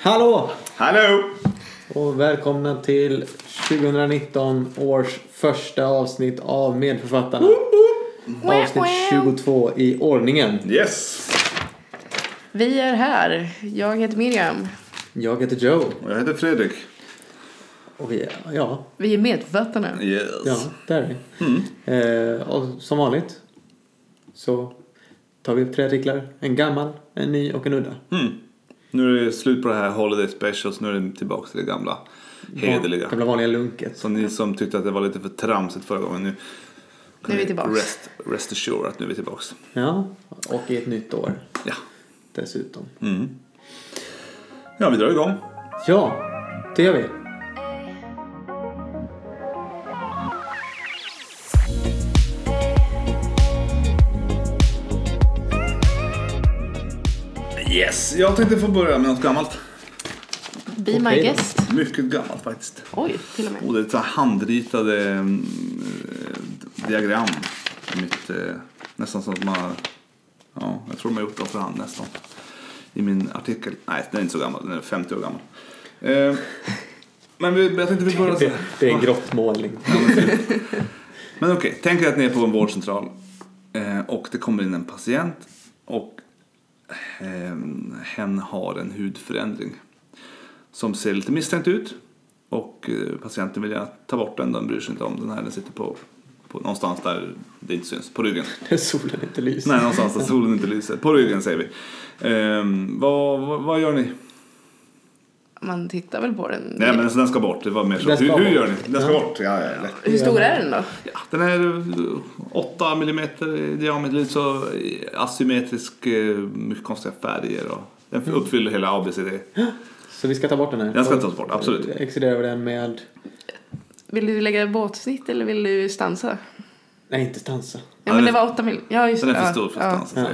Hallå! Hallå! Och välkomna till 2019 års första avsnitt av Medförfattarna. Avsnitt 22 i ordningen. Yes! Vi är här. Jag heter Miriam. Jag heter Joe. Och jag heter Fredrik. Och vi är Medförfattarna. Yes. Ja, där är vi. Och som vanligt så tar vi upp 3 artiklar. En gammal, en ny och en udda. Nu är det slut på det här Holiday Specials. Nu är det tillbaka till det gamla hederliga. Gamla vanliga lunket. Så ni som tyckte att det var lite för tramsigt förra gången. Nu är vi tillbaka. Rest assured att nu är vi tillbaka. Ja, och i ett nytt år. Ja. Dessutom. Ja, vi drar igång. Ja, det gör vi. Yes, jag tänkte få börja med något gammalt. Be my guest. Mycket gammalt faktiskt. Oj, till och med. Och det är så här handritade diagram. Nästan som att man... Ja, jag tror de har gjort dem för hand nästan. I min artikel. Nej, den är inte så gammal. Den är 50 år gammal. Men jag tänkte vi börja så. Det är en grottmålning. Men okej, tänk er att ni är på en vårdcentral. Och det kommer in en patient. Och hen har en hudförändring som ser lite misstänkt ut. Och patienten vill gärna ta bort den. Den bryr sig inte om den här. Den sitter på någonstans där det inte syns. På ryggen. Där solen inte lyser. Nej, någonstans där solen inte lyser. På ryggen säger vi. Vad gör ni? Man tittar väl på den. Nej, men den ska bort. Det var mer så. Hur gör ni? Den ska bort. Ja, lätt. Hur stor är den då? Ja, den är 8 mm i diameter. Lite så asymmetrisk. Mycket konstiga färger. Och den uppfyller hela ABCD. Så vi ska ta bort den här? Den ska tas bort, absolut. Exkluderar vi den med... Vill du lägga båtsnitt eller vill du stansa? Nej, inte stansa. Ja, men det var 8 mm. Ja, just den är för stor för att stansa.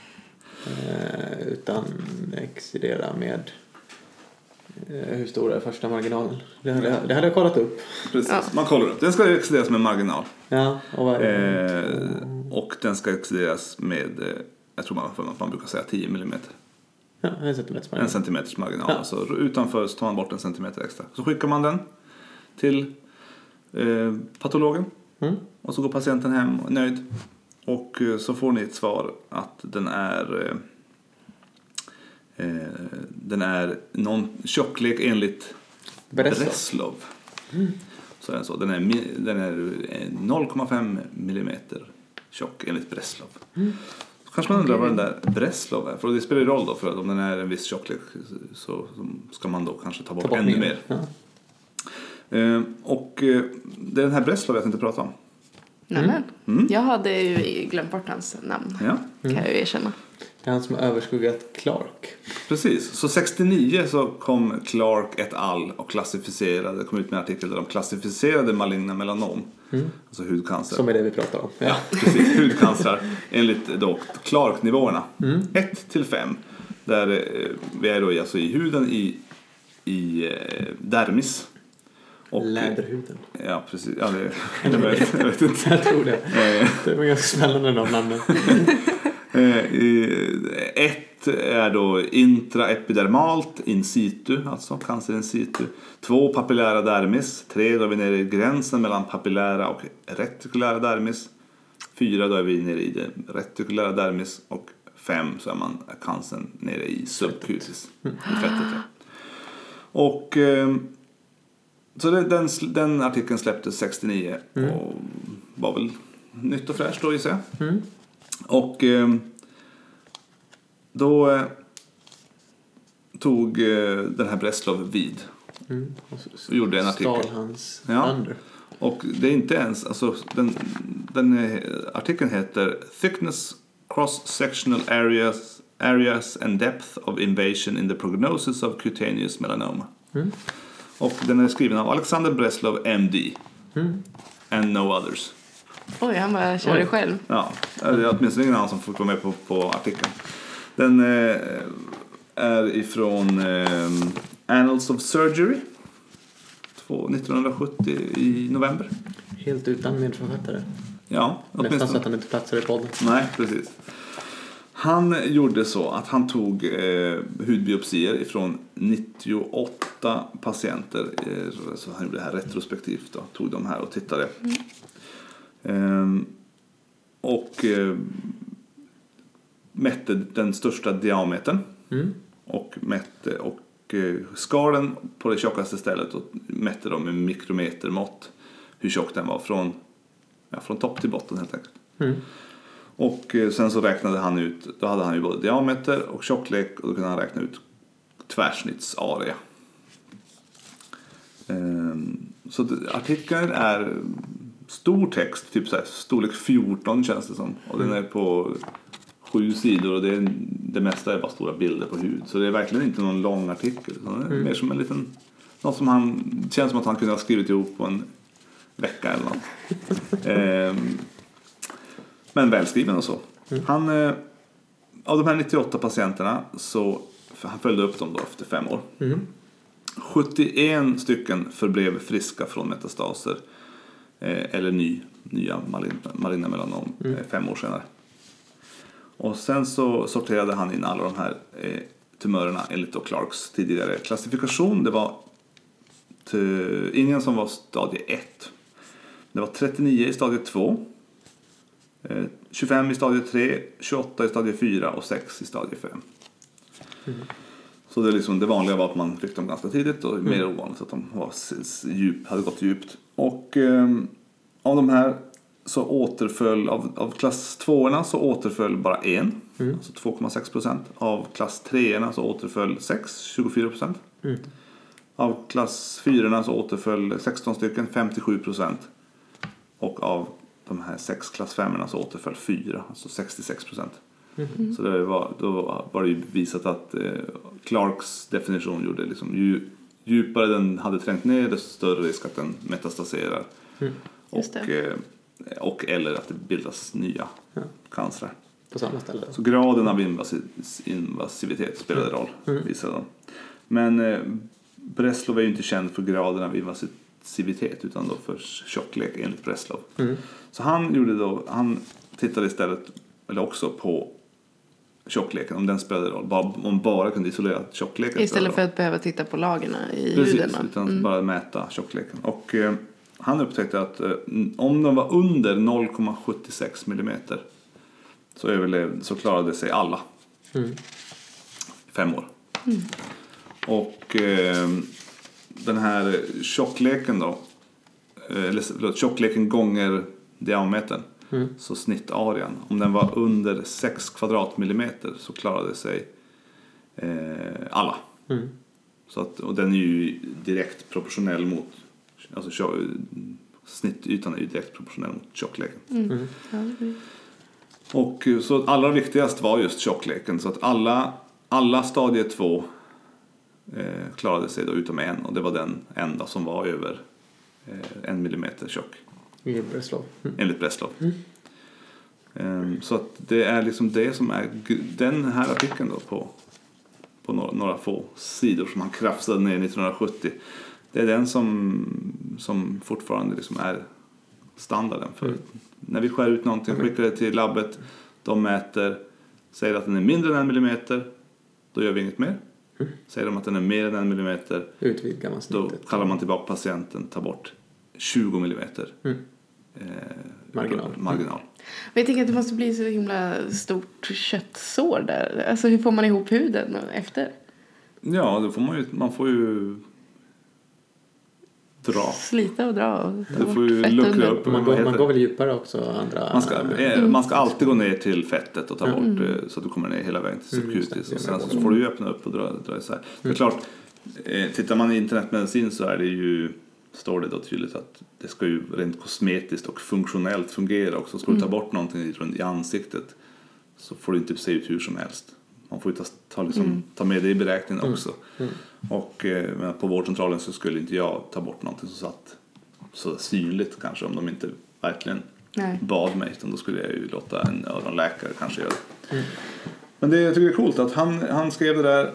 Utan exkludera med... hur stor är första marginalen? Det hade jag kollat upp. Precis, man kollar upp. Den ska exkluderas med marginal. Ja, och den ska exkluderas med... jag tror man brukar säga 10 mm. Ja, en centimeters marginal. En centimeters marginal. Ja. Så utanför så tar man bort en centimeter extra. Så skickar man den till patologen. Och så går patienten hem och är nöjd. Och så får ni ett svar att den är någon tjocklek enligt Breslov. Så är den så. Den är 0,5 millimeter tjock enligt Breslov. Kanske man undrar vad den där Breslov är. För det spelar ju roll då, för att om den är en viss tjocklek så ska man då kanske ta bort ännu mer. Ja. Och det är den här Breslov jag tänkte prata om. Nämen. Jag hade ju glömt bort hans namn. Ja. Kan jag ju erkänna. Det är han som har överskuggat Clark. Precis. Så 69 så kom Clark et al. Och klassificerade, kom ut med en artikel där de klassificerade maligna melanom. Alltså hudcancer. Som är det vi pratar om. Ja, precis. Hudcancer enligt då Clark-nivåerna. 1-5. Där vi är då alltså i huden i dermis. Och, läderhuden. Ja, precis. Ja, jag vet inte. Jag tror det. Det var ganska spännande de namnen. 1 är då intraepidermalt in situ, alltså cancer in situ. 2 papillära dermis. 3 då är vi nere i gränsen mellan papillära och retikulära dermis. 4 då är vi nere i det retikulära dermis. Och 5 så är man cancern nere i subcutis, i fettet. Ja. Och så den artikeln släpptes 69 och var väl nytt och fräscht då, gissar jag. Och då tog den här Breslov vid och gjorde en artikel. Stal hans under. Och det är inte ens, alltså den artikeln heter Thickness Cross-Sectional areas and Depth of Invasion in the Prognosis of Cutaneous Melanoma. Och den är skriven av Alexander Breslov, MD. And no others. Oj, han bara körde själv. Ja, det är åtminstone ingen annan som får vara med på artikeln. Den är ifrån Annals of Surgery 1970 i november. Helt utan medförfattare. Ja, nästan så att han inte platsar i podden. Nej, precis. Han gjorde så att han tog hudbiopsier ifrån 98 patienter. Så han gjorde det här retrospektivt då. Tog de här och tittade. Och mätte den största diametern. Och skar den på det tjockaste stället och mätte dem med mikrometermått hur tjock den var från topp till botten helt enkelt. Och sen så räknade han ut, då hade han ju både diameter och tjocklek och då kunde han räkna ut tvärsnittsarea. Så artikeln är stor text, typ så här, storlek 14 känns det som. Och den är på 7 sidor och det mesta är bara stora bilder på hud. Så det är verkligen inte någon lång artikel. Det är mer som en liten, något som känns som att han kunde ha skrivit ihop på en vecka eller något. Men välskriven och så. Han, av de här 98 patienterna så han följde upp dem då efter 5 år. 71 stycken förblev friska från metastaser eller nya maligna melanom 5 år senare. Och sen så sorterade han in alla de här tumörerna enligt Clarks tidigare klassifikation. Det var ingen som var stadie 1. Det var 39 i stadie 2. 25 i stadie 3, 28 i stadie 4 och 6 i stadie 5. Så det vanliga var att man fick dem ganska tidigt och mer ovanligt att de hade gått djupt. Och av de här så återföll av klass 2-erna så återföll bara en, alltså 2,6%. Av klass 3-erna så återföll 24%. Av klass 4-erna så återföll 16 stycken, 57%. Och av de här 6 klass 5-erna så återföll 4, alltså 66%. Så då var det ju visat att Clarks definition gjorde liksom, ju djupare den hade trängt ner desto större risk att den metastaserar. Och eller att det bildas nya cancer. På samma ställe. Så graden av invasivitet spelade roll, visade de. Men Breslov är ju inte känd för graden av invasivitet utan då för tjocklek enligt Breslov. Så han tittade istället eller också på tjockleken, om den spelade roll. Om man bara kunde isolera tjockleken. Istället för att behöva titta på lagren i precis, huden. Utan bara mäta tjockleken. Och han upptäckte att om de var under 0,76 millimeter så klarade sig alla. 5 år. Och den här tjockleken då, eller tjockleken gånger diametern, så snittarean, om den var under 6 kvadratmillimeter så klarade sig alla. Så att, och den är ju direkt proportionell mot, alltså snittytan är ju direkt proportionell mot tjockleken. Och så allra viktigast var just tjockleken, så att alla stadie 2 klarade sig då utom en, och det var den enda som var över 1 millimeter tjock. Enligt Breslov. Så att det är liksom det som är den här artikeln då på några få sidor som han krafsade ner 1970. Det är den som fortfarande liksom är standarden för när vi skär ut någonting, skickar det till labbet, de mäter, säger att den är mindre än 1 millimeter, då gör vi inget mer. Säger de att den är mer än 1 millimeter, utvidgar man snittet. Då kallar man tillbaka patienten, tar bort 20 millimeter marginal. Jag tänker att det måste bli så himla stort köttsår där. Alltså hur får man ihop huden efter? Ja, då får man får ju dra. Slita och dra och ta du får ju luckra upp. Man går väl djupare också. Man ska alltid gå ner till fettet och ta bort så att du kommer ner hela vägen till subcutis. Och sen så får du öppna upp och dra isär. Det är klart, tittar man i internetmedicin så är det ju, står det då tydligt att det ska ju rent kosmetiskt och funktionellt fungera också. Ska du ta bort någonting i ansiktet så får du inte se ut hur som helst. Man får ju ta med det i beräkningen också. Och på vårdcentralen så skulle inte jag ta bort någonting som satt så synligt kanske, om de inte verkligen bad mig, utan då skulle jag ju låta en öronläkare kanske göra det. Men jag tycker det är coolt att han skrev det där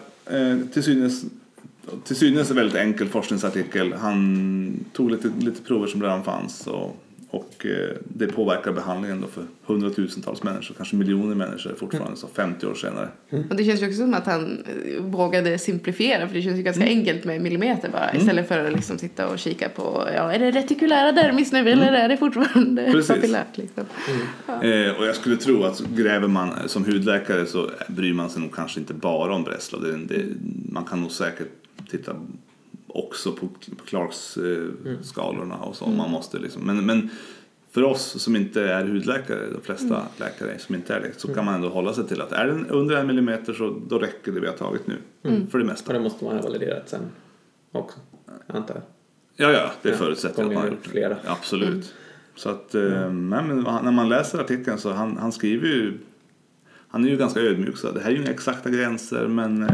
till synes en väldigt enkel forskningsartikel. Han tog lite prover som redan fanns Och det påverkar behandlingen då för hundratusentals människor, kanske miljoner människor fortfarande, så 50 år senare. Och det känns ju också som att han vågade simplifiera, för det känns ju ganska enkelt med millimeter bara, istället för att liksom sitta och kika på, är det retikulära dermis nu eller är det fortfarande papillärt liksom. Och jag skulle tro att gräver man som hudläkare så bryr man sig nog kanske inte bara om Breslow. Man kan nog säkert titta också på Clarks skalorna och så. Man måste liksom, men för oss som inte är hudläkare, de flesta läkare som inte är det, så kan man ändå hålla sig till att är den under 1 millimeter så då räcker det vi har tagit nu för det mesta. Och det måste man ha validerat sen också, antar jag. Ja, det förutsätter att man har gjort flera. Absolut. Så att men när man läser artikeln så han skriver ju, han är ju ganska ödmjuk, så det här är ju inga exakta gränser, men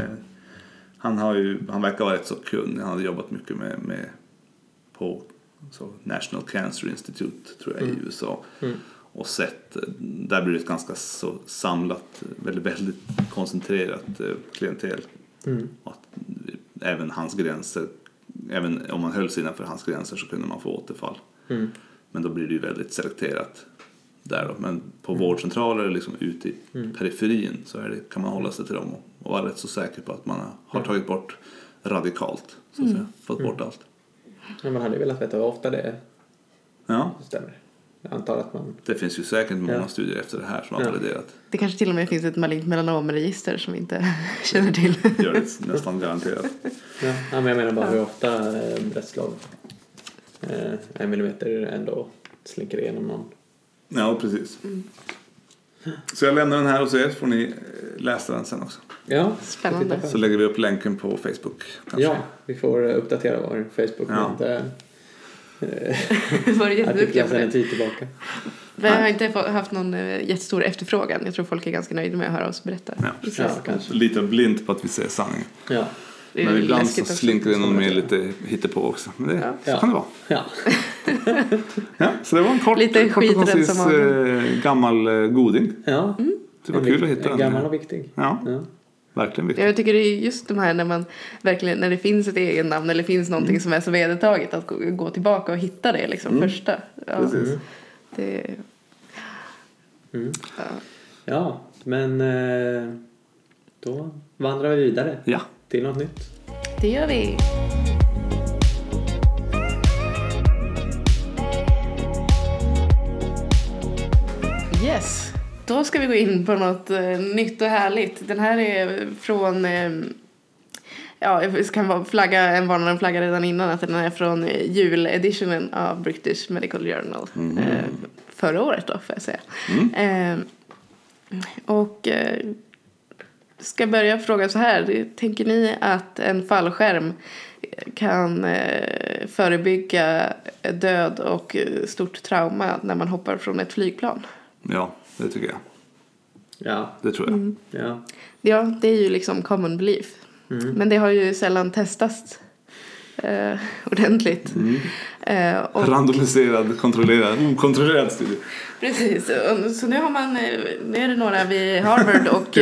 han verkar vara rätt så kunnig. Han har jobbat mycket med på National Cancer Institute, tror jag, i USA. Och sett, där blir det ett ganska så samlat, väldigt koncentrerat klientel. Och att även hans gränser, även om man höll sig innanför hans gränser så kunde man få återfall. Men då blir det ju väldigt selekterat där då. Men på vårdcentraler liksom ute i periferin så kan man hålla sig till dem och vara rätt så säker på att man har tagit bort radikalt, så att säga, fått bort allt. Men man hade ju velat veta hur ofta det stämmer. Jag antar att det finns ju säkert många studier efter det här som har validerat. Det kanske till och med finns ett malignt melanomregister som vi inte känner till. Gör det nästan garanterat. Men jag menar bara hur ofta Breslow 1 millimeter ändå slinker igenom någon. Ja, precis. Så jag lämnar den här hos er, så får ni läsa den sen också. Ja, spännande. Så lägger vi upp länken på Facebook. Kanske. Ja, vi får uppdatera vår Facebook med var det jätteduktiga sedan en tid tillbaka. Vi har inte haft någon jättestor efterfrågan. Jag tror folk är ganska nöjda med att höra oss berätta. Ja, kanske. Lite blint på att vi säger sanningen. Ja. Men ibland så slinker det nog med lite hittepå också. Men det så kan det vara. Ja, så det var en kort och koncis gammal goding. Ja. Det var kul att hitta den. Gammal och viktig. Ja. Verkligen viktigt. Jag tycker det är just de här när det finns ett egen namn eller finns någonting som är så vedertaget, att gå tillbaka och hitta det liksom första. Ja. Precis. Det... Ja, men då vandrar vi vidare till något nytt. Det gör vi. Yes. Då ska vi gå in på något nytt och härligt. Den här är från... jag kan varna en flagga redan innan att den är från juleditionen av British Medical Journal. Förra året då, får jag säga. Och ska börja fråga så här. Tänker ni att en fallskärm kan förebygga död och stort trauma när man hoppar från ett flygplan? Ja, det tycker jag. Ja. Det tror jag. Ja, det är ju liksom common belief. Men det har ju sällan testats ordentligt. Och randomiserad, okontrollerad studie. Precis. Så nu är det några vid Harvard och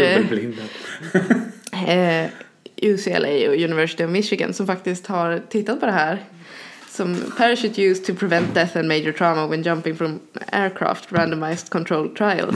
UCLA och University of Michigan som faktiskt har tittat på det här. Som parachute used to prevent death and major trauma when jumping from aircraft, randomized controlled trial.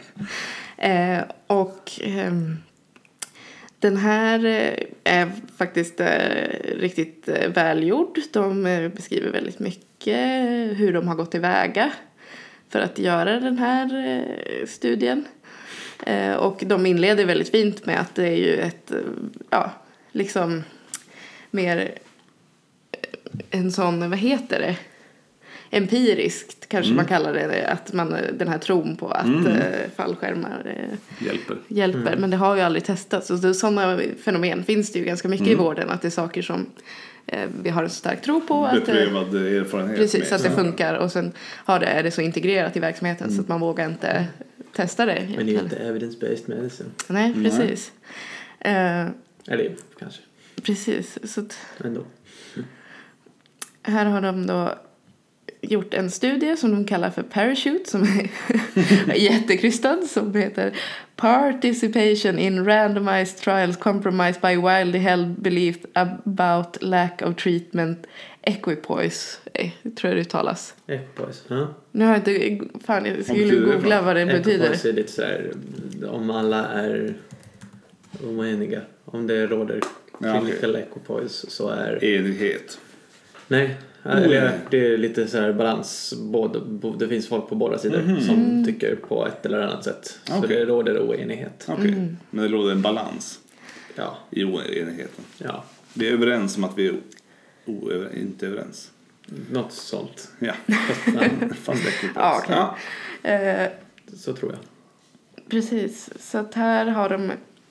Den här är faktiskt riktigt välgjord. De beskriver väldigt mycket hur de har gått tillväga för att göra den här studien. Och de inleder väldigt fint med att det är ju ett, liksom mer en sån, vad heter det? Empiriskt kanske man kallar det, att den här tron på att fallskärmar hjälper. Men det har ju aldrig testats. Och sådana fenomen finns det ju ganska mycket i vården, att det är saker som vi har en stark tro på. Beprövad erfarenhet. Precis, att det funkar. Och sen är det så integrerat i verksamheten så att man vågar inte testa det. Men det är inte evidence-based medicine. Nej, precis. Eller kanske. Precis. Så ändå. Här har de då gjort en studie som de kallar för Parachute, som är jättekrystad, som heter Participation in randomized trials compromised by wildly held belief about lack of treatment equipoise, tror jag det uttalas. Equipoise, ja. Nu har jag inte, fan jag skulle googla vad det betyder. Equipoise är lite sådär, om alla är oeniga, om det råder clinical equipoise så är... Enighet. Nej, det är lite så här balans. Det finns folk på båda sidor som tycker på ett eller annat sätt. Så det råder oenighet. Men det råder en balans i oenigheten. Ja. Vi är överens om att vi är inte överens. Något sånt. Ja. Fast Ja, okej. Så tror jag. Precis. Så att här har de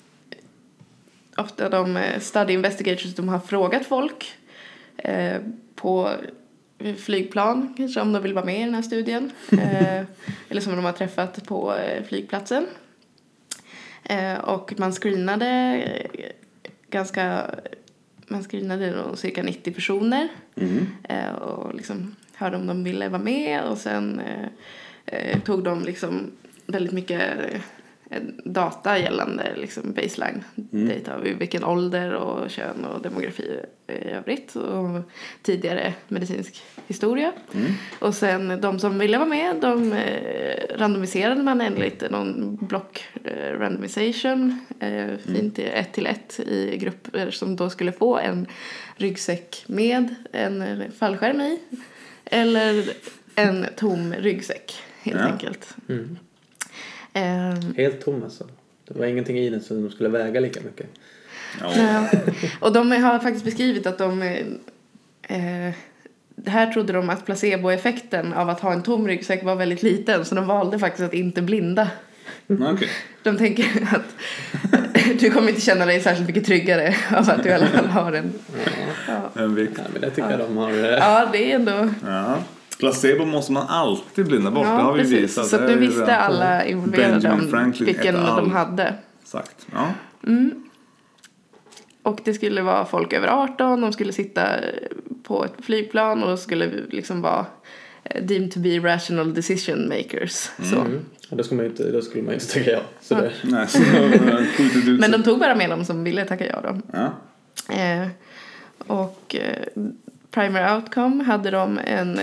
ofta de study investigators, de har frågat folk på flygplan kanske om de vill vara med i den här studien eller som de har träffat på flygplatsen, och man screenade cirka 90 personer och liksom hörde om de ville vara med, och sen tog de liksom väldigt mycket data gällande liksom baseline data, vilken ålder och kön och demografi i övrigt och tidigare medicinsk historia. Och sen de som ville vara med, de randomiserade man enligt någon block randomization fint 1:1 i grupper som då skulle få en ryggsäck med en fallskärm i eller en tom ryggsäck helt enkelt. Helt tom alltså. Det var ingenting i den så de skulle väga lika mycket. Ja. Och de har faktiskt beskrivit att det här trodde de att placeboeffekten av att ha en tom ryggsäck var väldigt liten, så de valde faktiskt att inte blinda. Okay. De tänker att du kommer inte känna dig särskilt mycket tryggare av att du i alla fall har en. En vikt. Ja, men det tycker jag de har. Ja, det är ändå. Ja. Placebo måste man alltid blinda bort. Ja, det har vi precis. visat. Så nu visste alla involverade om vilken de hade. Exakt. Ja. Och det skulle vara folk över 18. De skulle sitta på ett flygplan och skulle liksom vara deemed to be rational decision makers. Så. Ja, då skulle man ju inte tacka ja. Så det. Nej, men de tog bara med dem som ville tacka ja då. Ja. Och primary outcome hade de en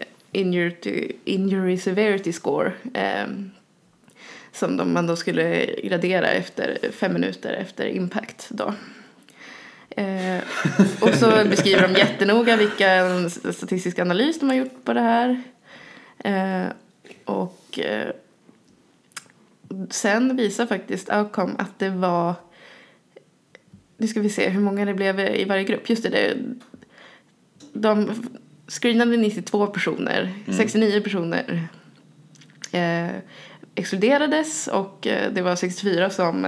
injury severity score som man då skulle gradera efter 5 minuter efter impact då. Och så beskriver de jättenoga vilken statistisk analys de har gjort på det här. Och sen visar faktiskt outcome att det var, nu ska vi se hur många det blev i varje grupp. Just det, de screenade 92 personer, 69 personer exkluderades, och det var 64 som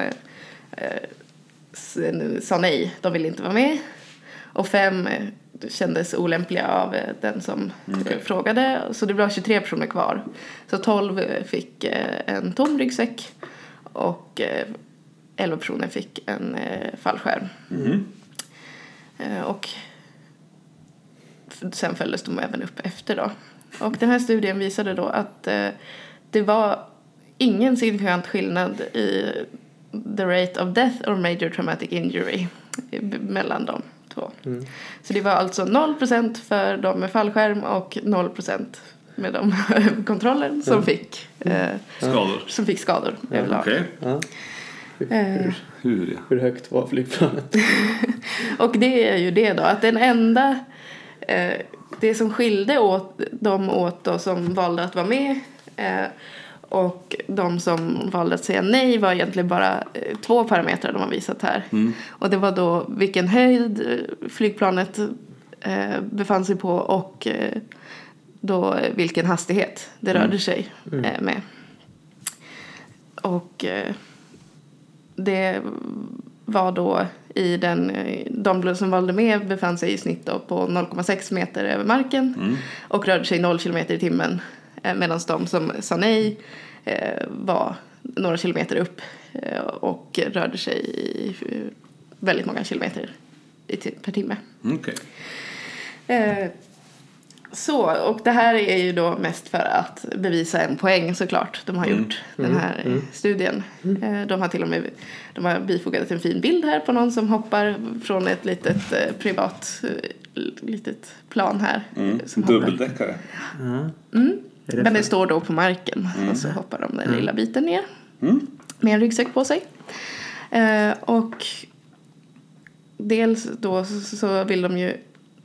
sa nej, de ville inte vara med, och 5 kändes olämpliga av den som frågade, så det var 23 personer kvar. Så 12 fick en tom ryggsäck och 11 personer fick en fallskärm. Och sen följdes de även upp efter då. Och den här studien visade då att det var ingen signifikant skillnad i the rate of death or major traumatic injury mellan de två. Så det var alltså 0% för de med fallskärm och 0% med de kontrollen som fick skador. Som fick skador överlag. Okay. Ja. Hur högt var flygplanet? Och det är ju det då, att den enda det som skilde dem åt då, som valde att vara med och de som valde att säga nej, var egentligen bara 2 parametrar de har visat här. Och det var då vilken höjd flygplanet befann sig på och då vilken hastighet det rörde sig med. Och det var då i de som valde med befann sig i snitt då på 0,6 meter över marken och rörde sig 0 kilometer i timmen, medan de som sa nej var några kilometer upp och rörde sig i väldigt många kilometer per timme. Okay. Så, och det här är ju då mest för att bevisa en poäng såklart. De har gjort den här studien. De har till och med bifogat en fin bild här på någon som hoppar från ett litet privat litet plan här. Som dubbeldäckare. Men det står då på marken och så hoppar de den lilla biten ner med en ryggsäck på sig. Och dels då så vill de ju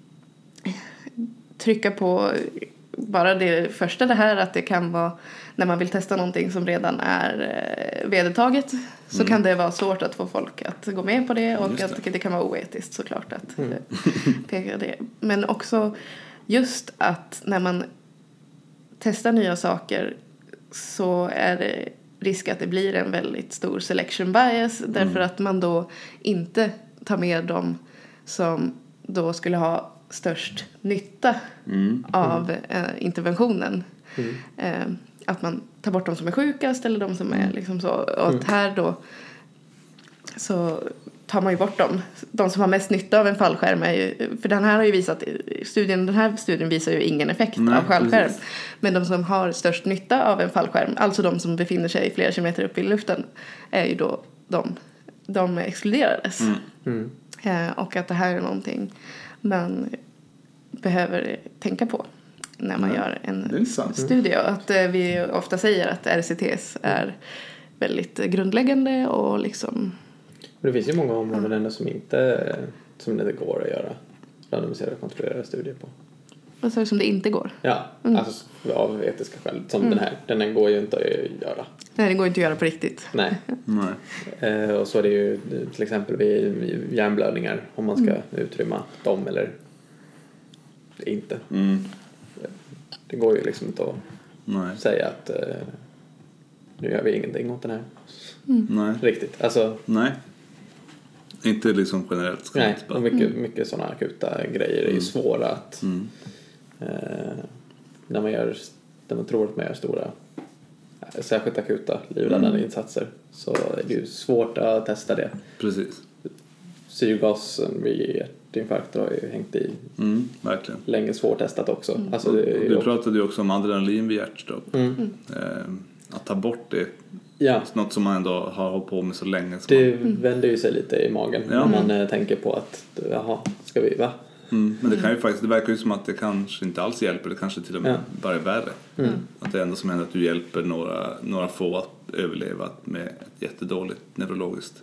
trycka på bara det första, det här att det kan vara när man vill testa någonting som redan är vedertaget, så kan det vara svårt att få folk att gå med på det, och att det kan vara oetiskt såklart att peka det. Men också just att när man testar nya saker så är det risk att det blir en väldigt stor selection bias, därför att man då inte tar med dem som då skulle ha störst nytta av interventionen. Att man tar bort de som är sjukast eller de som är liksom så. Och att här då så tar man ju bort dem. De som har mest nytta av en fallskärm är ju, för den här har ju visat den här studien visar ju ingen effekt av fallskärm. Precis. Men de som har störst nytta av en fallskärm, alltså de som befinner sig flera kilometer upp i luften, är ju då de exkluderades. Och att det här är någonting man behöver tänka på när man gör en studie. Och att vi ofta säger att RCTs är väldigt grundläggande och liksom... Det finns ju många områden ändå som det går att göra randomiserade och kontrollerade studier på. Vad sa du som det inte går? Ja, alltså av etiska skäl. Som den här. Den går ju inte att göra. Nej, den går inte att göra på riktigt. Nej. Och så är det ju till exempel vid hjärnblödningar, om man ska utrymma dem eller inte. Det går ju liksom inte att säga att nu gör vi ingenting åt den här. Nej. Riktigt. Alltså, nej. Inte liksom generellt. Nej, och mycket sådana akuta grejer är ju svåra att när man tror att man gör stora särskilt akuta livräddande insatser, så är det ju svårt att testa det. Precis. Syrgasen vid hjärtinfarkt har ju hängt i verkligen. Länge svårtestat också. Alltså du pratade ju också om adrenalin vid hjärtstopp. Att ta bort det. Ja. Något som man ändå har hållit på med så länge. Det vänder ju sig lite i magen när man tänker på att ska vi, va? Men det kan ju faktiskt, det verkar ju som att det kanske inte alls hjälper. Det kanske till och med bara är värre. Att det enda som händer är att du hjälper några få att överleva med ett jättedåligt neurologisk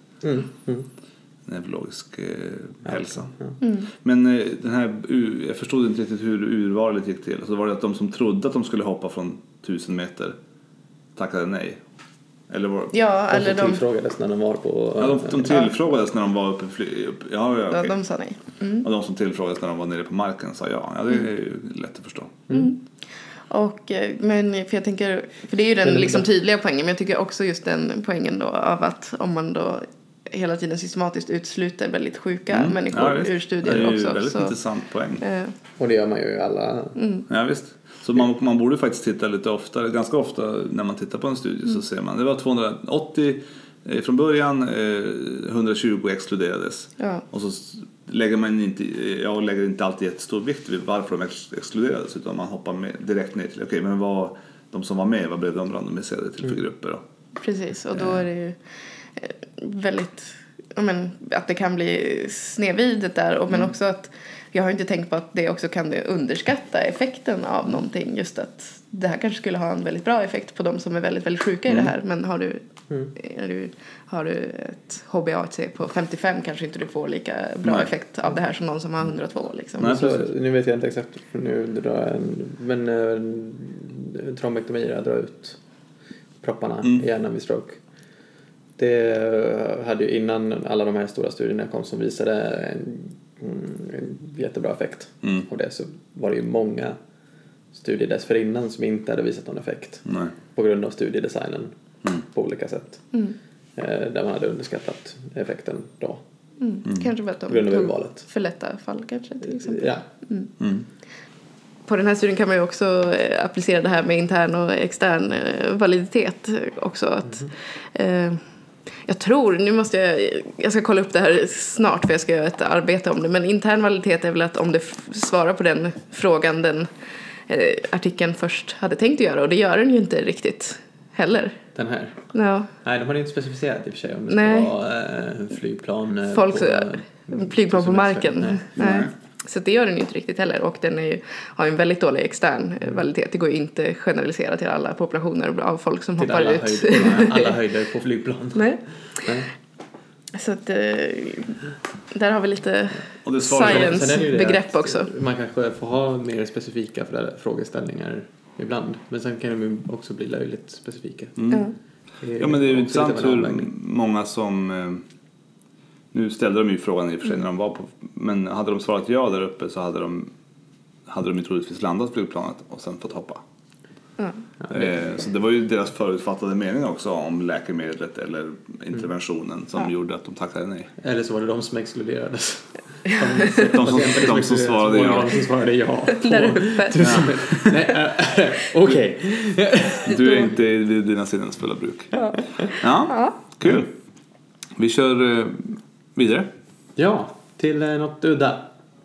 hälsa. Men den här, jag förstod inte riktigt hur urvalet gick till. Så var det att de som trodde att de skulle hoppa från 1000 meter tackade nej. Eller var eller de tillfrågades när de var på... de tillfrågades när de var uppe... Okay. De sa nej. Och de som tillfrågades när de var nere på marken sa ja. Ja, det är ju lätt att förstå. Och, men för jag tänker... För det är ju den liksom tydliga poängen. Men jag tycker också just den poängen då av att om man då hela tiden systematiskt utsluter väldigt sjuka människor ur studier också. Det är ju en väldigt intressant poäng. Och det gör man ju i alla... Ja, visst. Så man borde faktiskt titta lite oftare. Ganska ofta när man tittar på en studie så ser man. Det var 280 från början, 120 exkluderades. Ja. Och så lägger inte alltid jättestor vikt vid varför de exkluderades. Utan man hoppar direkt ner till men de som var med, vad blev de randomiserade till för grupper då? Precis, och då är det ju väldigt... att det kan bli snedvridet där. Men också att jag har inte tänkt på att det också kan underskatta effekten av någonting. Just att det här kanske skulle ha en väldigt bra effekt på de som är väldigt, väldigt sjuka i det här. Men har du ett HbA1c på 55 kanske inte du får lika bra effekt av det här som någon som har 102. Liksom. Nej, så, nu vet jag inte exakt. Men trombektomi drar ut propparna i hjärnan vid stroke. Det hade ju innan alla de här stora studierna kom som visade en jättebra effekt av det, så var det ju många studier dessförinnan som inte hade visat någon effekt på grund av studiedesignen på olika sätt. Där man hade underskattat effekten då. Kanske för att de tog för lätta fall kanske till exempel. Ja. På den här studien kan man ju också applicera det här med intern och extern validitet också. Att Jag tror, jag ska kolla upp det här snart för jag ska göra ett arbete om det. Men intern validitet är väl att om det svarar på den frågan den artikeln först hade tänkt att göra. Och det gör den ju inte riktigt heller. Den här? Ja. Nej, de har inte specificerat i och för sig om det ska vara flygplan flygplan på marken. Nej. Så det gör den ju inte riktigt heller. Och den har en väldigt dålig extern validitet. Det går ju inte att generalisera till alla populationer av folk som hoppar ut. Alla höjder på flygplan. Nej. Så att där har vi lite science-begrepp också. Man kanske får ha mer specifika frågeställningar ibland. Men sen kan de också bli löjligt specifika. Ja, men det är ju intressant hur många som... Nu ställde de ju frågan i och för sig när de var på... Men hade de svarat ja där uppe så hade de ju troligtvis landat flygplanet och sen fått hoppa. Så det var ju deras förutfattade mening också om läkemedlet eller interventionen som gjorde att de tackade nej. Eller så var det de som exkluderades. De som svarade ja. De som svarade ja. Där uppe. Okej. Du är inte vid dina sinnens fulla bruk. Ja, kul. Vi kör vidare. Ja, till något udda.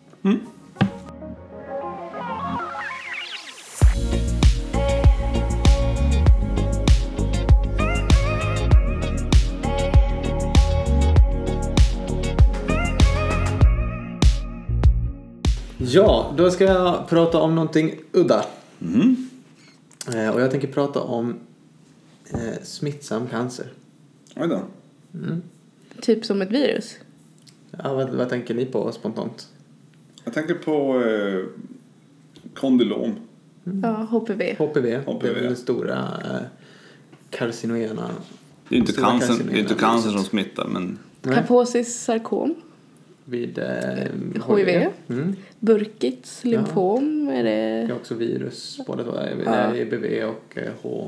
Ja, då ska jag prata om någonting udda. Och jag tänker prata om smittsam cancer. Oj då. Typ som ett virus. Ja, vad tänker ni på spontant? Jag tänker på kondylom. Ja, HPV. HPV. Det är väl den stora karcinogena. Det är inte cancer som smittar, men... Kaposis sarkom. Vid HIV. Burkitts lymfom. Är det... Det är också virus. Både då EBV och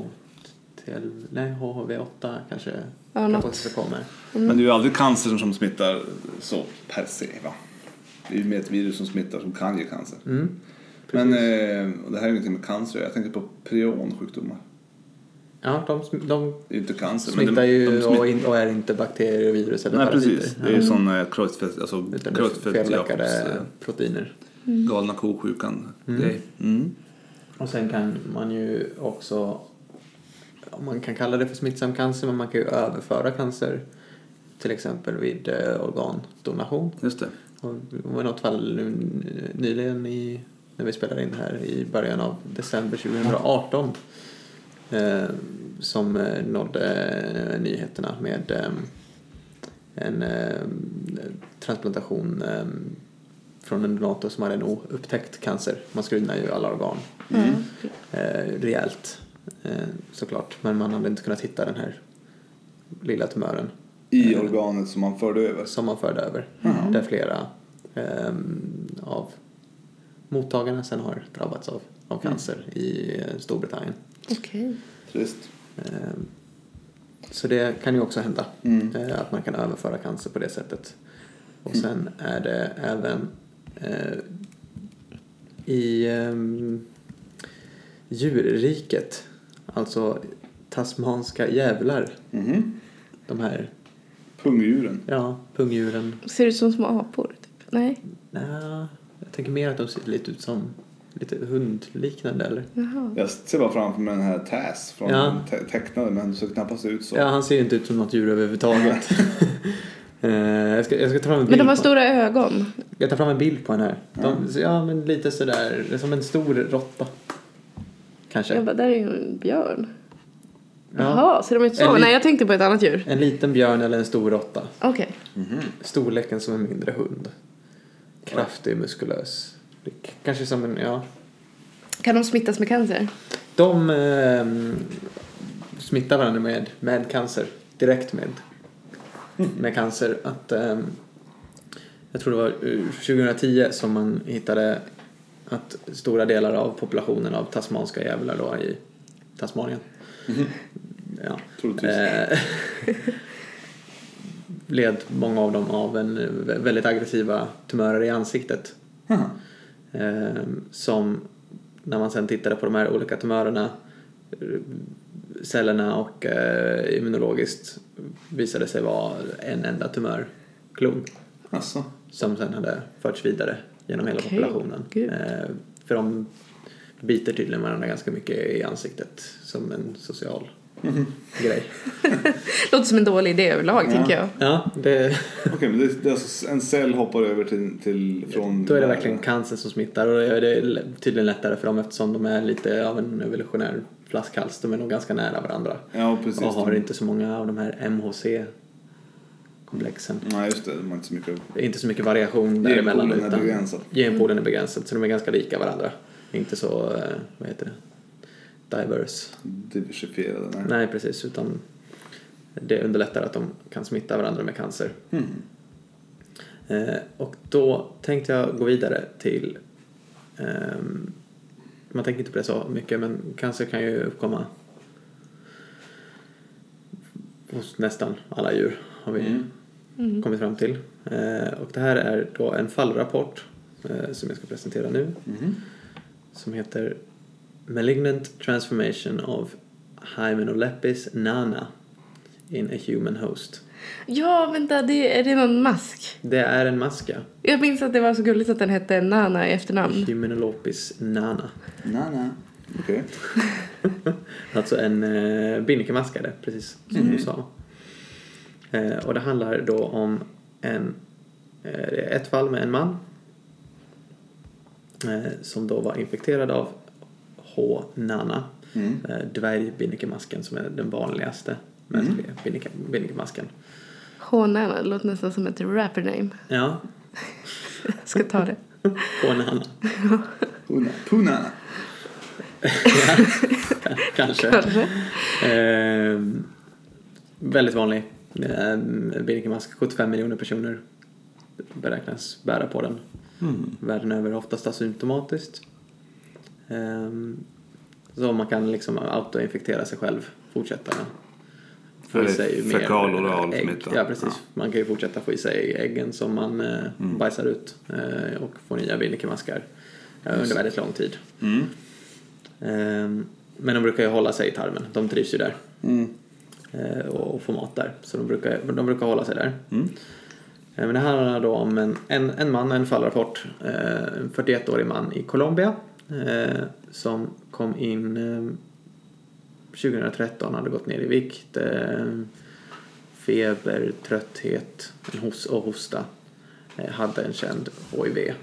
HHV8 kanske. Kaposis kommer. Men det är ju aldrig cancer som smittar så per se, va? Det är ju mer ett virus som smittar som kan ge cancer. Men det här är ingenting med cancer. Jag tänker på prionsjukdomar. Ja, de det är inte cancer, smittar men ju och är inte bakterier, virus eller parasiter. Precis. Det är ju sån felläkade proteiner. Galna kosjukan grej. Och sen kan man ju också, man kan kalla det för smittsam cancer, men man kan ju överföra cancer till exempel vid organdonation. Just det. Och det var något fall nyligen när vi spelade in här i början av december 2018 som nådde nyheterna med en transplantation från en donator som hade en oupptäckt cancer. Man screenar ju alla organ rejält såklart, men man hade inte kunnat hitta den här lilla tumören i organet som man förde över. Där flera av mottagarna sen har drabbats av cancer i Storbritannien. Okej. Just. Så det kan ju också hända att man kan överföra cancer på det sättet. Och sen är det även i djurriket, alltså tasmanska djävlar. De här pungdjuren. Ja, pungdjuren. Ser ut som små apor typ? Nej. Jag tänker mer att de ser lite ut som lite hundliknande eller. Jaha. Jag ser bara framför mig den här Taz från tecknade, men det ser knappast ut så. Ja, han ser ju inte ut som något djur överhuvudtaget. jag ska ta fram en bild. Men de har stora ögon. Jag tar fram en bild på den här. Men lite sådär, det är som en stor råtta. Kanske. Jag bara, där är ju en björn. Jaha, ser de ut så? Nej, jag tänkte på ett annat djur. En liten björn eller en stor råtta. Okej. Storleken som en mindre hund. Kraftig, muskulös. Kanske som en, Kan de smittas med cancer? De smittar varandra med cancer. Direkt med cancer. Att, jag tror det var 2010 som man hittade att stora delar av populationen av tasmanska djävlar då i Tasmanien. Ja. Led många av dem av en väldigt aggressiva tumörer i ansiktet. Som när man sen tittade på de här olika tumörerna cellerna och immunologiskt visade sig vara en enda tumörklon. Alltså. Som sen hade förts vidare genom hela populationen. För de biter tydligen varandra ganska mycket i ansiktet som en social grej. Låter som en dålig idé överlag, tänker jag. Ja, det... Okej, men det är alltså en cell hoppar över till från... Då är det verkligen cancer som smittar, och det är tydligen lättare för dem eftersom de är lite av en evolutionär flaskhals. De är nog ganska nära varandra. Ja, precis. Och har inte så många av de här MHC-komplexen. Nej, just det. De har inte så mycket... Det är inte så mycket variation däremellan. Genpoolen är begränsad. Genpoolen är begränsad, så de är ganska lika varandra. Inte så, vad heter det? Diverse. Diversifierade, Nej, precis. Utan det underlättar att de kan smitta varandra med cancer. Och då tänkte jag gå vidare till... man tänker inte på det så mycket, men cancer kan ju uppkomma hos nästan alla djur, har vi kommit fram till. Och det här är då en fallrapport som jag ska presentera nu. Som heter Malignant Transformation of Hymenolapis nana in a human host. Ja, vänta, är det någon mask? Det är en mask, ja. Jag minns att det var så gulligt att den hette Nana i efternamn. Hymenolapis nana. Nana. Okej. Alltså en binnikemaskare, precis som du sa. Och det handlar då om ett fall med en man som då var infekterad av H. nana, dvärgbinnekemasken, som är den vanligaste mänskliga binnekemasken. H. Nana, det låter nästan som ett rapper name. Ja. Ska ta det. H. nana. Punana. Ja, kanske. Väldigt vanlig binnikemask. 75 miljoner personer beräknas bära på den. Världen över, oftast asymptomatiskt. Så man kan liksom autoinfektera sig själv, fortsätta få i sig fekal-oral smitta. Ja, precis. Ja. Man kan ju fortsätta få i sig äggen som man bajsar ut och få nya binnikemaskar under väldigt lång tid. Men de brukar ju hålla sig i tarmen. De trivs ju där. Och får mat där. Så de brukar hålla sig där. Men det handlar då om en man, en fallrapport, en 41-årig man i Colombia som kom in 2013, hade gått ner i vikt, feber, trötthet och hosta, hade en känd HIV.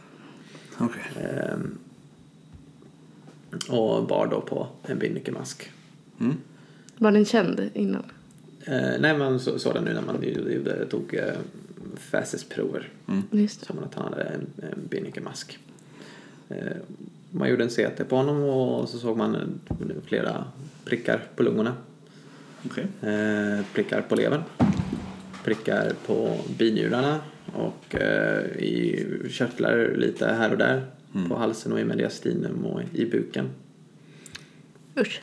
Och bar då på en binnikemask. Var den känd innan? Nej, man såg den nu när man tog fäsesprover. Just det. Som att han hade en binnikemask. Man gjorde en CT på honom och så såg man flera prickar på lungorna. Prickar på levern. Prickar på binjurarna och i körtlar lite här och där. På halsen och i mediastinum och i buken. Usch.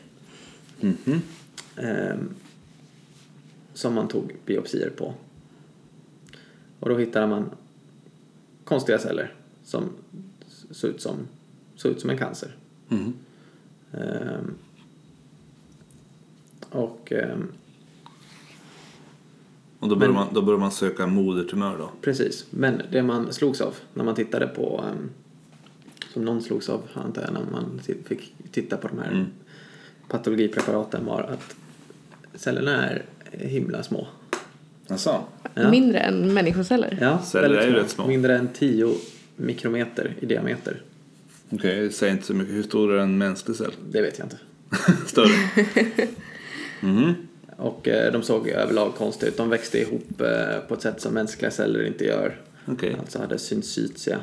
Som man tog biopsier på. Och då hittade man konstiga celler som såg ut som en cancer. Och då börjar man söka modertumör då. Precis, men det man slogs av när man tittade på, som någon slogs av antar jag, när man fick titta på de här patologipreparaten, var att cellerna är himla små. Alltså? Ja. Mindre än människoceller? Ja, celler är ju rätt små. Mindre än 10 mikrometer i diameter. Okej, säg inte så mycket. Hur stor är en mänsklig cell? Det vet jag inte. Större. Och de såg överlag konstigt ut. De växte ihop på ett sätt som mänskliga celler inte gör. Alltså hade syncytia.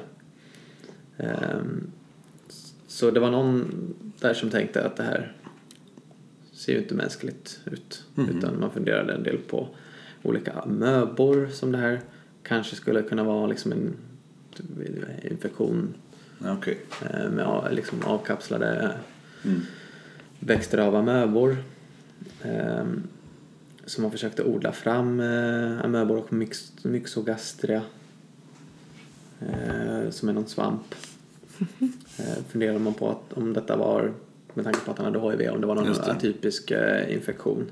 Så det var någon där som tänkte att det här ser ju inte mänskligt ut. Utan man funderade en del på olika amöbor som det här kanske skulle kunna vara liksom en infektion. Med liksom avkapslade växter av amöbor. Så man försökte odla fram amöbor och myxogastria som är någon svamp. Funderade man på att om detta var med tanke på att han hade HIV, om det var någon atypisk infektion.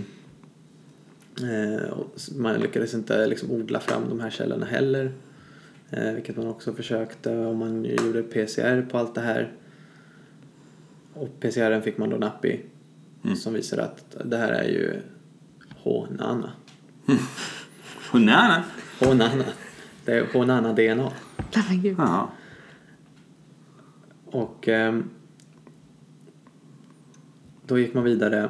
Och man lyckades inte liksom odla fram de här cellerna heller, vilket man också försökte, och man gjorde PCR på allt det här, och PCR:en fick man då napp i, som visade att det här är ju H-nana. H-nana? H-nana. Det är H-nana-DNA. Ja. Och då gick man vidare.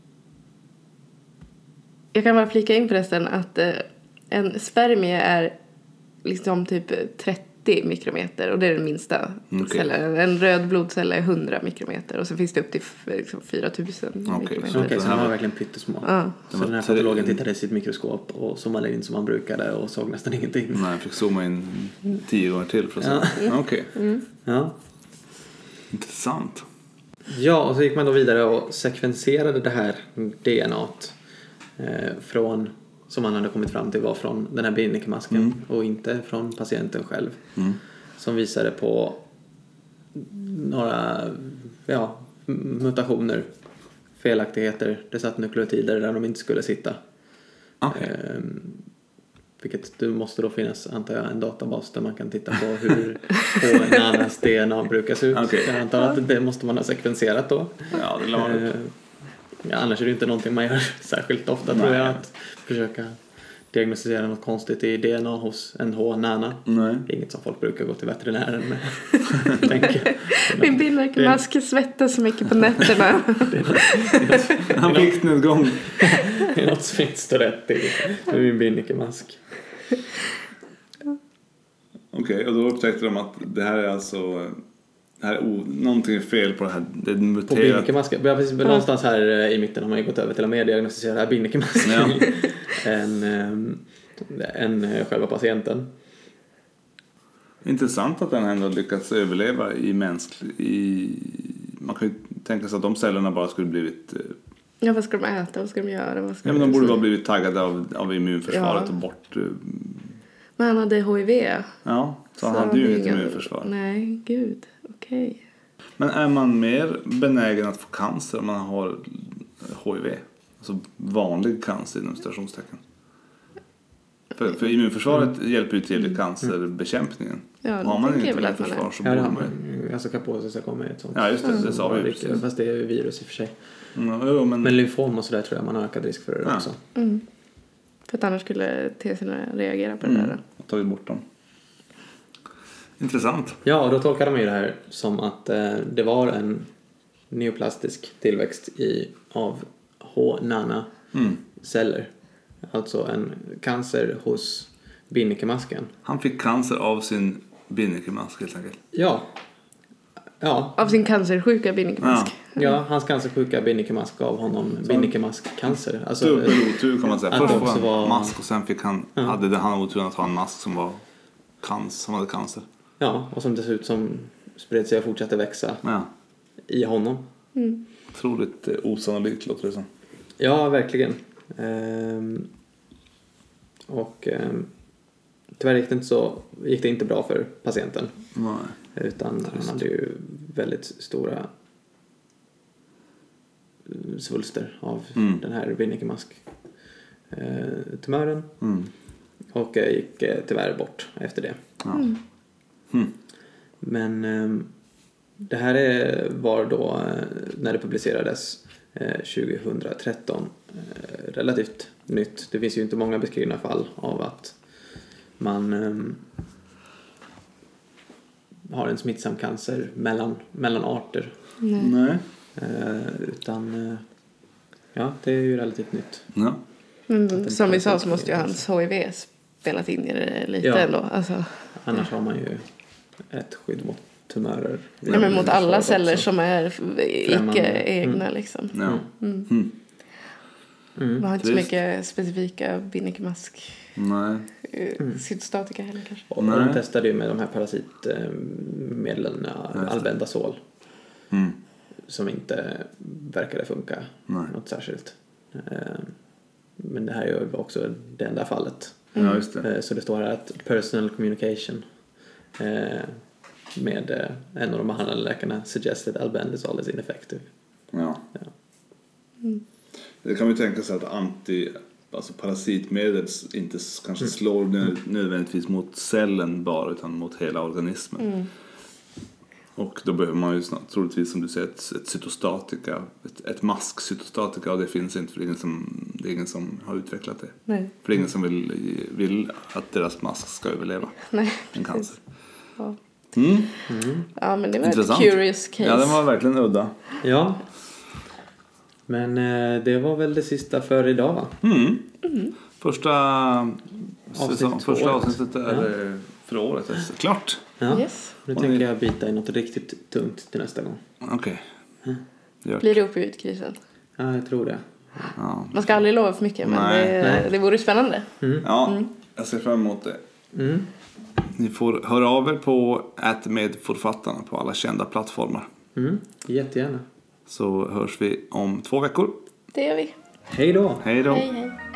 Jag kan bara flika in förresten att en spermie är liksom typ 30 mikrometer, och det är den minsta cellen. En röd blodcell är 100 mikrometer, och så finns det upp till liksom 4000 mikrometer. Okej, så de var verkligen pyttesmå. Så den här patologen tittade i sitt mikroskop och zoomade in som man brukade och såg nästan ingenting. Nej, jag fick zooma in 10 gånger till för att se. Okej. Ja. Intressant. Ja, och så gick man då vidare och sekvenserade det här DNAt från, som man hade kommit fram till var från den här binnikemasken och inte från patienten själv. Som visade på några mutationer, felaktigheter. Det satt nukleotider där de inte skulle sitta. Vilket det måste då finnas, antar jag, en databas där man kan titta på hur H-nanas DNA brukar se ut. Jag antar att det måste man ha sekvenserat då. Ja, det lär man. Annars är det inte någonting man gör särskilt ofta, tror jag, att försöka diagnostisera något konstigt i DNA hos en H-nana. Det är inget som folk brukar gå till veterinären med. Min binnikemask svettas så mycket på nätterna. Han fick en gång. Det är något som inte står rätt i med min binnikemask. Okej, och då upptäckte de att det här är alltså... någonting är fel på det här. Det är muterat. På binnikemasken. Någonstans här i mitten har man ju gått över till att mer diagnostisera det här binnikemasken än själva patienten. Intressant att den ändå lyckats överleva i man kan ju tänka sig att de cellerna bara skulle blivit... Ja, vad ska de äta? Vad ska de göra? Men de borde ha blivit taggade av immunförsvaret och bort... Men han hade HIV. Ja, så han hade ju inget immunförsvar. Nej, gud. Okej. Men är man mer benägen att få cancer om man har HIV? Alltså vanlig cancer inom stationstecken. För immunförsvaret hjälper ju till i cancerbekämpningen. Ja, har man inget immunförsvar så borde man... Alltså kaposis kommer ett sånt. Ja, just det. Det sa vi ju. Fast det är ju virus i och för sig. Men lymfom och sådär tror jag man har ökad risk för det också. För att annars skulle T-cellerna reagera på det där. Och tagit bort dem. Intressant. Ja, och då tolkar de ju det här som att det var en neoplastisk tillväxt av H-nana-celler. Alltså en cancer hos binnikemasken. Han fick cancer av sin binnikemask helt enkelt. Ja. Av sin cancersjuka binnikemask. Ja, hans cancersjuka binnikemask gav honom binnikemaskcancer. Alltså, dubbel otur kan man säga. Först var var en mask och sen fick hade han oturen att ha en mask som hade cancer. Ja, och som dessutom spred sig och fortsatte växa i honom. Otroligt osannolikt låter det som. Ja, verkligen. Tyvärr gick det inte bra för patienten. Nej. Utan han hade ju väldigt stora svulster av den här binnikemask-tumören. Och gick tyvärr bort efter det. Men det här var då när det publicerades 2013 relativt nytt. Det finns ju inte många beskrivna fall av att man har en smittsam cancer mellan arter. Nej. Utan det är ju relativt nytt. Ja. Men som vi sa så måste ju hans HIV spelat in i det lite ändå. Alltså. Annars har man ju ett skydd mot tumörer. Ja, men mot alla celler också. Som är icke egna liksom. Ja. Man har inte så mycket specifika binnikemask. Nej. Cytostatika heller kanske. Och de testade ju med de här parasitmedlen albendazol. Som inte verkade funka något särskilt. Men det här är ju också det enda fallet. Ja, just det. Så det står här att personal communication med en av de behandlande läkarna suggested albendazole is ineffective. Ja. Det kan man ju tänka sig att alltså parasitmedel inte kanske slår nödvändigtvis mot cellen bara utan mot hela organismen. Och då behöver man ju troligtvis, som du säger, ett cytostatika, ett maskcytostatika, och det finns inte, för det är ingen som har utvecklat det. Nej. För det är ingen som vill att deras mask ska överleva en cancer. Ja. Ja, men det var intressant. Ett curious case. Ja, den var verkligen udda. Ja. Men det var väl det sista för idag, va? Första avsnittet är för året är klart. Ja. Yes. Nu tänker jag byta i något riktigt tungt till nästa gång. Okej. Blir det opioidkrisen? Ja, jag tror det. Ja. Man ska aldrig lova för mycket, men det vore spännande. Ja, jag ser fram emot det. Ni får höra av er på @medförfattarna på alla kända plattformar. Jättegärna. Så hörs vi om 2 veckor. Det gör vi. Hej då! Hej då! Hej, hej.